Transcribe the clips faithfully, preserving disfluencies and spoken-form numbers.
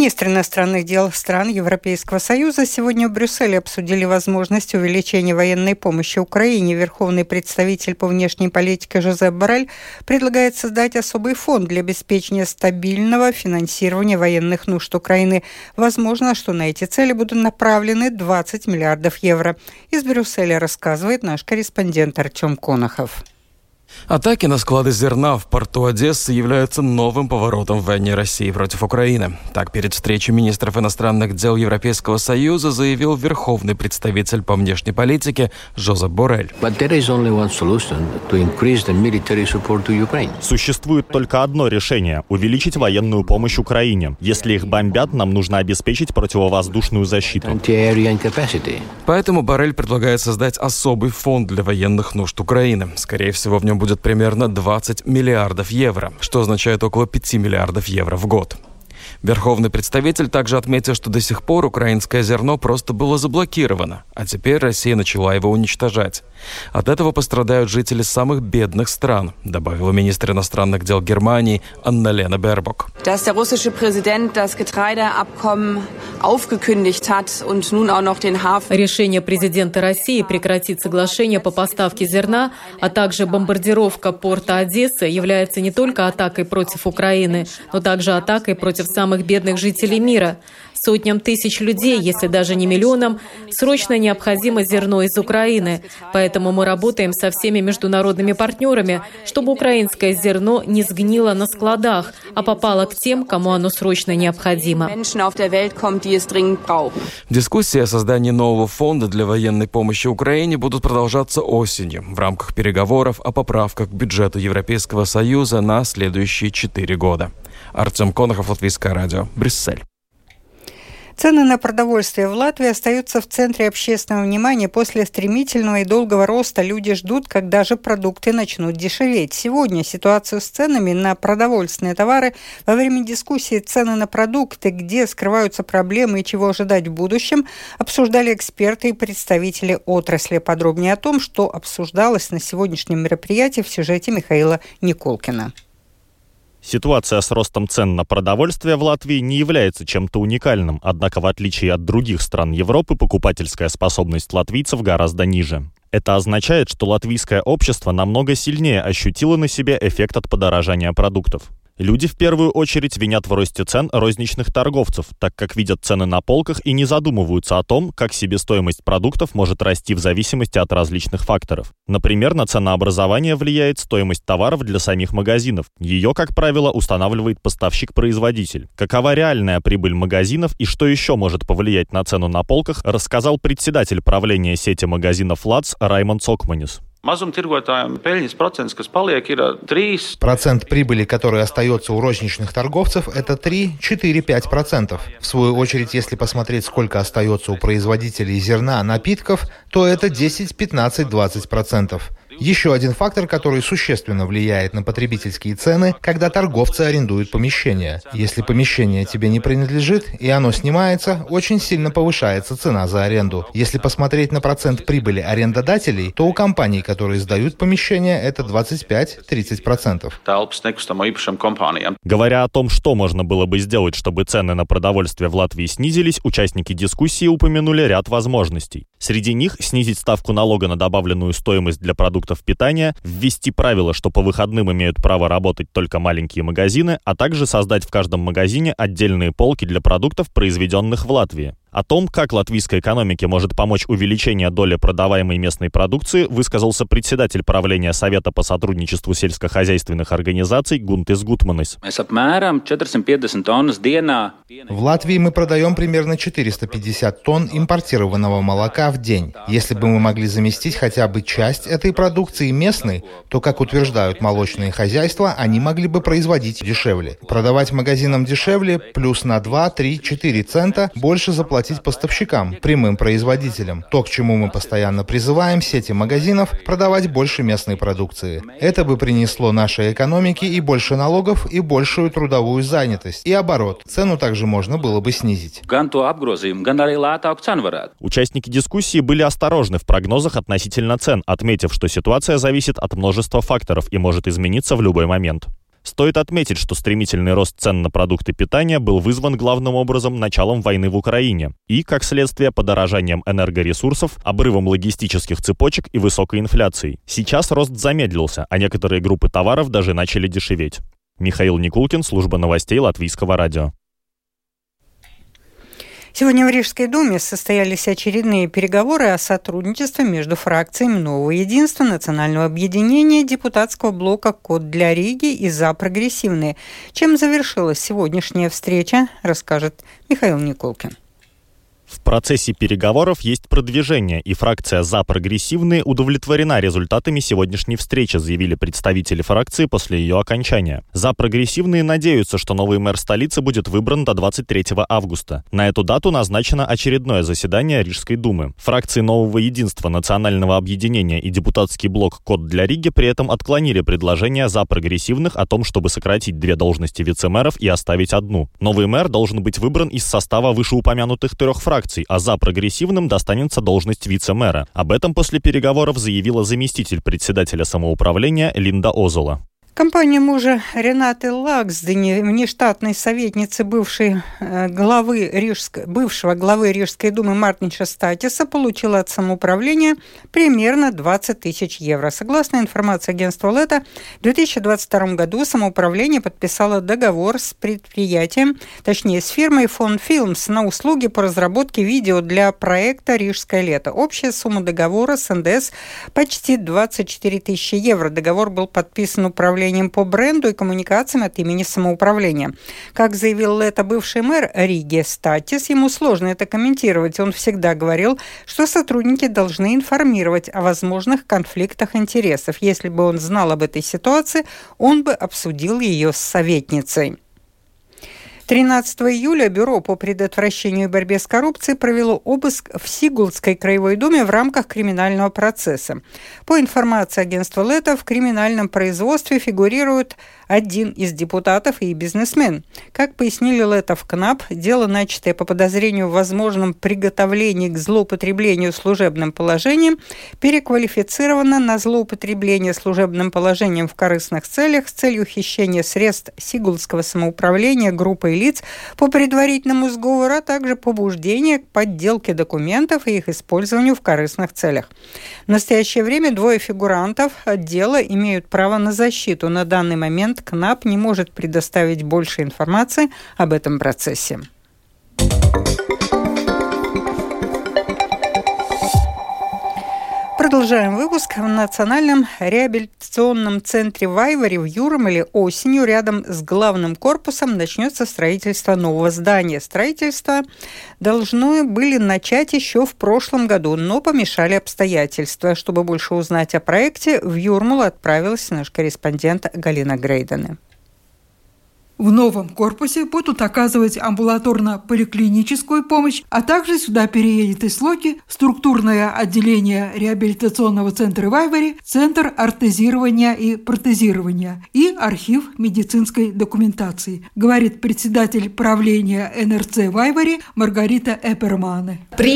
Министры иностранных дел стран Европейского Союза сегодня в Брюсселе обсудили возможность увеличения военной помощи Украине. Верховный представитель по внешней политике Жозеп Боррель предлагает создать особый фонд для обеспечения стабильного финансирования военных нужд Украины. Возможно, что на эти цели будут направлены двадцать миллиардов евро. Из Брюсселя рассказывает наш корреспондент Артем Конохов. Атаки на склады зерна в порту Одессы являются новым поворотом в войне России против Украины. Так, перед встречей министров иностранных дел Европейского Союза заявил верховный представитель по внешней политике Жозеп Боррель. Существует только одно решение – увеличить военную помощь Украине. Если их бомбят, нам нужно обеспечить противовоздушную защиту. Поэтому Боррель предлагает создать особый фонд для военных нужд Украины. Скорее всего, в нем будет примерно двадцать миллиардов евро, что означает около пяти миллиардов евро в год. Верховный представитель также отметил, что до сих пор украинское зерно просто было заблокировано, а теперь Россия начала его уничтожать. От этого пострадают жители самых бедных стран, добавила министр иностранных дел Германии Анна-Лена Бербок. Решение президента России прекратить соглашение по поставке зерна, а также бомбардировка порта Одессы является не только атакой против Украины, но также атакой против самых бедных жителей мира. Сотням тысяч людей, если даже не миллионам, срочно необходимо зерно из Украины. Поэтому мы работаем со всеми международными партнерами, чтобы украинское зерно не сгнило на складах, а попало к тем, кому оно срочно необходимо. Дискуссии о создании нового фонда для военной помощи Украине будут продолжаться осенью в рамках переговоров о поправках к бюджету Европейского Союза на следующие четыре года. Артем Конохов, Латвийское радио, Брюссель. Цены на продовольствие в Латвии остаются в центре общественного внимания. После стремительного и долгого роста люди ждут, когда же продукты начнут дешеветь. Сегодня ситуацию с ценами на продовольственные товары во время дискуссии «Цены на продукты. Где скрываются проблемы и чего ожидать в будущем» обсуждали эксперты и представители отрасли. Подробнее о том, что обсуждалось на сегодняшнем мероприятии, в сюжете Михаила Николкина. Ситуация с ростом цен на продовольствие в Латвии не является чем-то уникальным, однако в отличие от других стран Европы покупательская способность латвийцев гораздо ниже. Это означает, что латвийское общество намного сильнее ощутило на себе эффект от подорожания продуктов. Люди в первую очередь винят в росте цен розничных торговцев, так как видят цены на полках и не задумываются о том, как себестоимость продуктов может расти в зависимости от различных факторов. Например, на ценообразование влияет стоимость товаров для самих магазинов. Ее, как правило, устанавливает поставщик-производитель. Какова реальная прибыль магазинов и что еще может повлиять на цену на полках, рассказал председатель правления сети магазинов ЛАЦ Раймондс Окманис. Процент прибыли, который остается у розничных торговцев, это три-четыре-пять процентов. В свою очередь, если посмотреть, сколько остается у производителей зерна, напитков, то это десять-пятнадцать-двадцать процентов. Еще один фактор, который существенно влияет на потребительские цены, когда торговцы арендуют помещение. Если помещение тебе не принадлежит и оно снимается, очень сильно повышается цена за аренду. Если посмотреть на процент прибыли арендодателей, то у компаний, которые сдают помещение, это двадцать пять-тридцать процентов. Говоря о том, что можно было бы сделать, чтобы цены на продовольствие в Латвии снизились, участники дискуссии упомянули ряд возможностей. Среди них снизить ставку налога на добавленную стоимость для продуктов питания, ввести правило, что по выходным имеют право работать только маленькие магазины, а также создать в каждом магазине отдельные полки для продуктов, произведенных в Латвии. О том, как латвийской экономике может помочь увеличение доли продаваемой местной продукции, высказался председатель правления Совета по сотрудничеству сельскохозяйственных организаций Гунтис Гутманис. В Латвии мы продаем примерно четыреста пятьдесят тонн импортированного молока в день. Если бы мы могли заместить хотя бы часть этой продукции местной, то, как утверждают молочные хозяйства, они могли бы производить дешевле. Продавать магазинам дешевле плюс на два-три-четыре цента больше заплатить поставщикам, прямым производителям. То, к чему мы постоянно призываем сети магазинов, продавать больше местной продукции. Это бы принесло нашей экономике и больше налогов, и большую трудовую занятость, и оборот. Цену также можно было бы снизить. Участники дискуссии были осторожны в прогнозах относительно цен, отметив, что ситуация зависит от множества факторов и может измениться в любой момент. Стоит отметить, что стремительный рост цен на продукты питания был вызван главным образом началом войны в Украине и, как следствие, подорожанием энергоресурсов, обрывом логистических цепочек и высокой инфляцией. Сейчас рост замедлился, а некоторые группы товаров даже начали дешеветь. Михаил Никулкин, служба новостей Латвийского радио. Сегодня в Рижской думе состоялись очередные переговоры о сотрудничестве между фракциями Нового единства, Национального объединения, депутатского блока «Код для Риги» и «За прогрессивные». Чем завершилась сегодняшняя встреча, расскажет Михаил Никулкин. В процессе переговоров есть продвижение, и фракция «За прогрессивные» удовлетворена результатами сегодняшней встречи, заявили представители фракции после ее окончания. «За прогрессивные» надеются, что новый мэр столицы будет выбран до двадцать третьего августа. На эту дату назначено очередное заседание Рижской думы. Фракции Нового единства, Национального объединения и депутатский блок «Код для Риги» при этом отклонили предложение «За прогрессивных» о том, чтобы сократить две должности вице-мэров и оставить одну. Новый мэр должен быть выбран из состава вышеупомянутых трех фракций, а «За прогрессивным» достанется должность вице-мэра. Об этом после переговоров заявила заместитель председателя самоуправления Линда Озола. Компания мужа Ренаты Лаксдени, внештатной советницы бывшей главы Рижской, бывшего главы Рижской думы Мартинша Статиса, получила от самоуправления примерно двадцать тысяч евро. Согласно информации агентства Лето, в две тысячи двадцать втором году самоуправление подписало договор с предприятием, точнее с фирмой Фон Филмс, на услуги по разработке видео для проекта «Рижское лето». Общая сумма договора с эн дэ эс почти двадцать четыре тысячи евро. Договор был подписан управлением по бренду и коммуникациям от имени самоуправления. Как заявил это бывший мэр Риги Статис, ему сложно это комментировать. Он всегда говорил, что сотрудники должны информировать о возможных конфликтах интересов. Если бы он знал об этой ситуации, он бы обсудил ее с советницей. тринадцатого июля Бюро по предотвращению и борьбе с коррупцией провело обыск в Сигулдской краевой думе в рамках криминального процесса. По информации агентства Лето, в криминальном производстве фигурирует один из депутатов и бизнесмен. Как пояснили Лето в КНАП, дело, начатое по подозрению в возможном приготовлении к злоупотреблению служебным положением, переквалифицировано на злоупотребление служебным положением в корыстных целях с целью хищения средств Сигулдского самоуправления группой лиц по предварительному сговору, а также побуждение к подделке документов и их использованию в корыстных целях. В настоящее время двое фигурантов дела имеют право на защиту. На данный момент КНАП не может предоставить больше информации об этом процессе. Продолжаем выпуск. В Национальном реабилитационном центре Вайвари в Юрмале осенью рядом с главным корпусом начнется строительство нового здания. Строительство должны были начать еще в прошлом году, но помешали обстоятельства. Чтобы больше узнать о проекте, в Юрмалу отправилась наш корреспондент Галина Грейдене. В новом корпусе будут оказывать амбулаторно-поликлиническую помощь, а также сюда переедет из Локи структурное отделение реабилитационного центра Вайвари, центр ортезирования и протезирования и архив медицинской документации, говорит председатель правления эн эр цэ Вайвари Маргарита Эпермане.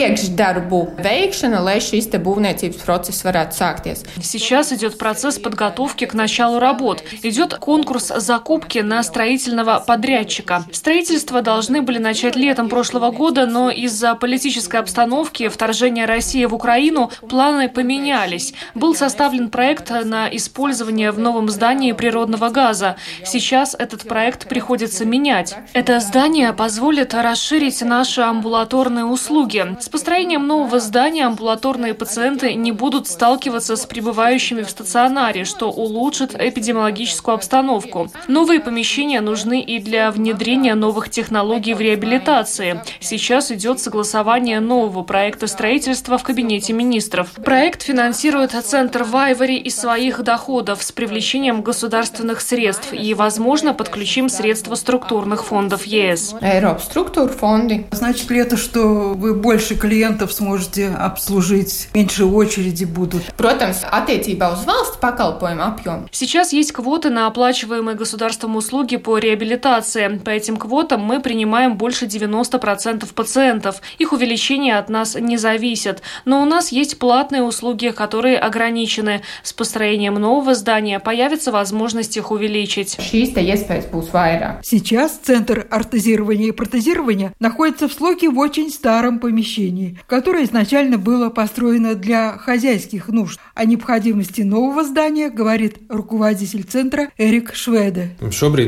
Сейчас идет процесс подготовки к началу работ. Идет конкурс закупки на строительство подрядчика. Строительство должны были начать летом прошлого года, но из-за политической обстановки, вторжения России в Украину, планы поменялись. Был составлен проект на использование в новом здании природного газа. Сейчас этот проект приходится менять. Это здание позволит расширить наши амбулаторные услуги. С построением нового здания амбулаторные пациенты не будут сталкиваться с пребывающими в стационаре, что улучшит эпидемиологическую обстановку. Новые помещения нужны нужны и для внедрения новых технологий в реабилитации. Сейчас идет согласование нового проекта строительства в Кабинете министров. Проект финансирует Центр Вайвари из своих доходов с привлечением государственных средств и, возможно, подключим средства структурных фондов е эс. Значит ли это, что вы больше клиентов сможете обслужить, меньше очереди будут? Сейчас есть квоты на оплачиваемые государством услуги по реабилитации. По этим квотам мы принимаем больше девяноста процентов пациентов. Их увеличение от нас не зависит. Но у нас есть платные услуги, которые ограничены. С построением нового здания появится возможность их увеличить. Сейчас Центр ортезирования и протезирования находится в Слоке в очень старом помещении, которое изначально было построено для хозяйских нужд. О необходимости нового здания говорит руководитель центра Эрик Шведе.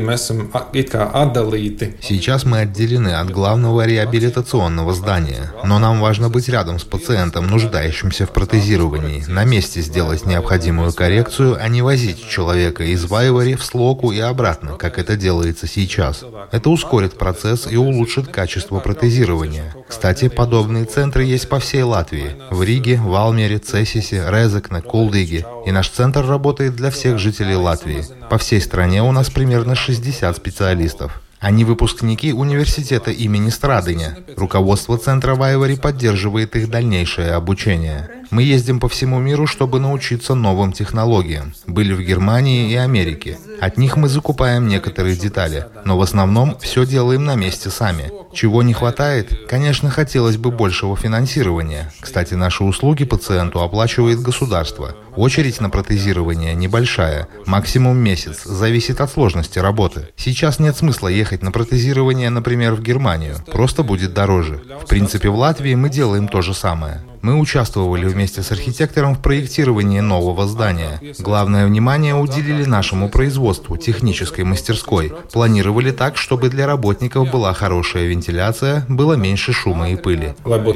Сейчас мы отделены от главного реабилитационного здания, но нам важно быть рядом с пациентом, нуждающимся в протезировании, на месте сделать необходимую коррекцию, а не возить человека из Вайвари в Слоку и обратно, как это делается сейчас. Это ускорит процесс и улучшит качество протезирования. Кстати, подобные центры есть по всей Латвии. В Риге, Валмере, Цесисе, Резекне, Кулдыге. И наш центр работает для всех жителей Латвии. По всей стране у нас примерно шестьдесят специалистов. Они выпускники университета имени Страдыня. Руководство центра Вайвари поддерживает их дальнейшее обучение. Мы ездим по всему миру, чтобы научиться новым технологиям. Были в Германии и Америке. От них мы закупаем некоторые детали, но в основном все делаем на месте сами. Чего не хватает? Конечно, хотелось бы большего финансирования. Кстати, наши услуги пациенту оплачивает государство. Очередь на протезирование небольшая, максимум месяц, зависит от сложности работы. Сейчас нет смысла ехать на протезирование, например, в Германию. Просто будет дороже. В принципе, в Латвии мы делаем то же самое. Мы участвовали вместе с архитектором в проектировании нового здания. Главное внимание уделили нашему производству, технической мастерской. Планировали так, чтобы для работников была хорошая вентиляция, было меньше шума и пыли.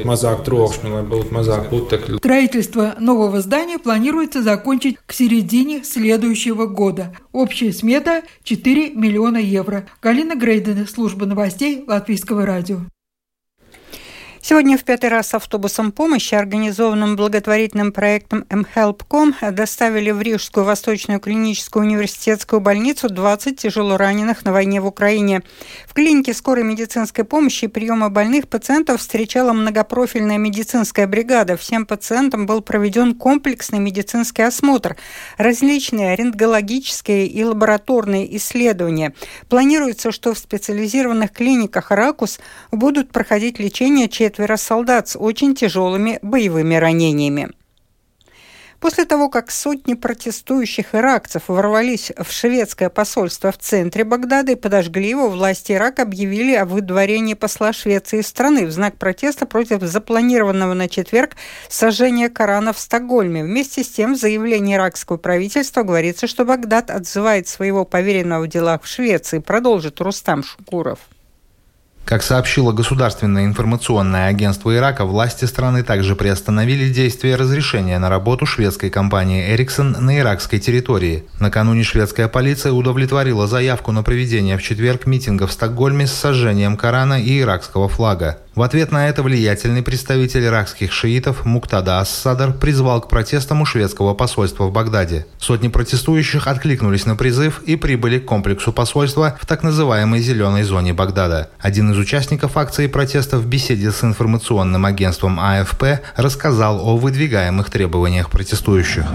Строительство нового здания планируется закончить к середине следующего года. Общая смета – четыре миллиона евро. Галина Грейдена, служба новостей Латвийского радио. Сегодня в пятый раз автобусом помощи, организованным благотворительным проектом эм хелп точка ком, доставили в Рижскую Восточную клиническую университетскую больницу двадцать тяжелораненых на войне в Украине. В клинике скорой медицинской помощи и приема больных пациентов встречала многопрофильная медицинская бригада. Всем пациентам был проведен комплексный медицинский осмотр, различные рентгенологические и лабораторные исследования. Планируется, что в специализированных клиниках «Ракус» будут проходить лечение четверо солдат с очень тяжелыми боевыми ранениями. После того, как сотни протестующих иракцев ворвались в шведское посольство в центре Багдада и подожгли его, власти Ирака объявили о выдворении посла Швеции из страны в знак протеста против запланированного на четверг сожжения Корана в Стокгольме. Вместе с тем в заявлении иракского правительства говорится, что Багдад отзывает своего поверенного в делах в Швеции, продолжит Рустам Шукуров. Как сообщило Государственное информационное агентство Ирака, власти страны также приостановили действие разрешения на работу шведской компании Ericsson на иракской территории. Накануне шведская полиция удовлетворила заявку на проведение в четверг митинга в Стокгольме с сожжением Корана и иракского флага. В ответ на это влиятельный представитель иракских шиитов Муктада ас-Садр призвал к протестам у шведского посольства в Багдаде. Сотни протестующих откликнулись на призыв и прибыли к комплексу посольства в так называемой «зеленой зоне Багдада». Один из участников акции протеста в беседе с информационным агентством а эф пэ рассказал о выдвигаемых требованиях протестующих.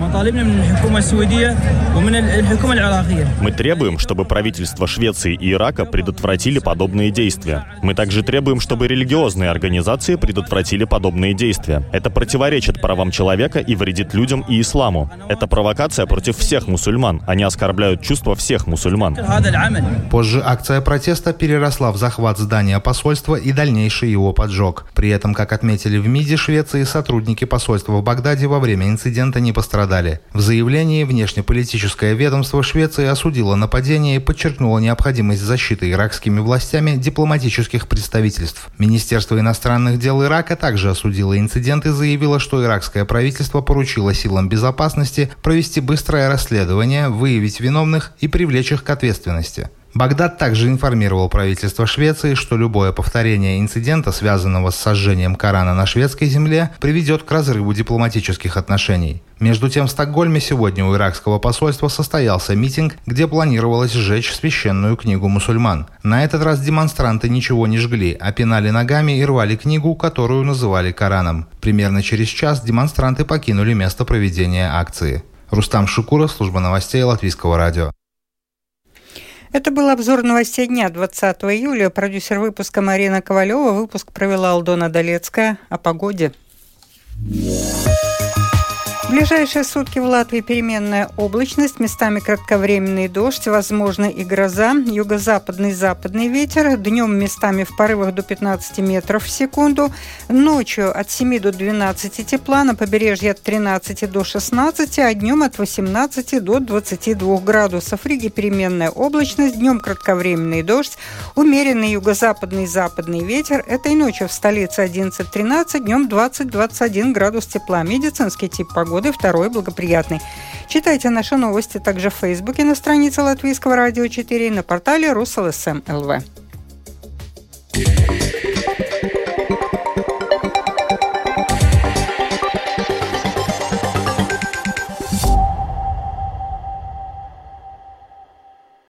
Мы требуем, чтобы правительства Швеции и Ирака предотвратили подобные действия. Мы также требуем, чтобы религиозные организации предотвратили подобные действия. Это противоречит правам человека и вредит людям и исламу. Это провокация против всех мусульман. Они оскорбляют чувства всех мусульман. Позже акция протеста переросла в захват здания посольства и дальнейший его поджог. При этом, как отметили в МИДе Швеции, сотрудники посольства в Багдаде во время инцидента не пострадали. В заявлении внешнеполитическое ведомство Швеции осудило нападение и подчеркнуло необходимость защиты иракскими властями дипломатических представительств. Министерство Министерство иностранных дел Ирака также осудило инцидент и заявило, что иракское правительство поручило силам безопасности провести быстрое расследование, выявить виновных и привлечь их к ответственности. Багдад также информировал правительство Швеции, что любое повторение инцидента, связанного с сожжением Корана на шведской земле, приведет к разрыву дипломатических отношений. Между тем, в Стокгольме сегодня у иракского посольства состоялся митинг, где планировалось сжечь священную книгу мусульман. На этот раз демонстранты ничего не жгли, а пинали ногами и рвали книгу, которую называли Кораном. Примерно через час демонстранты покинули место проведения акции. Рустам Шукуров, служба новостей Латвийского радио. Это был обзор новостей дня двадцатого июля. Продюсер выпуска Марина Ковалева. Выпуск провела Алдона Долецкая. О погоде. В ближайшие сутки в Латвии переменная облачность, местами кратковременный дождь, возможно и гроза, юго-западный западный ветер, днем местами в порывах до пятнадцати метров в секунду, ночью от семи до двенадцати тепла, на побережье от тринадцати до шестнадцати, а днем от восемнадцати до двадцати двух градусов. В Риге переменная облачность, днем кратковременный дождь, умеренный юго-западный западный ветер, этой ночью в столице одиннадцать-тринадцать, днем двадцать-двадцать один градус тепла. Медицинский тип погоды второй благоприятный. Читайте наши новости также в Фейсбуке на странице Латвийского радио четыре и на портале Руслсм точка эл ви.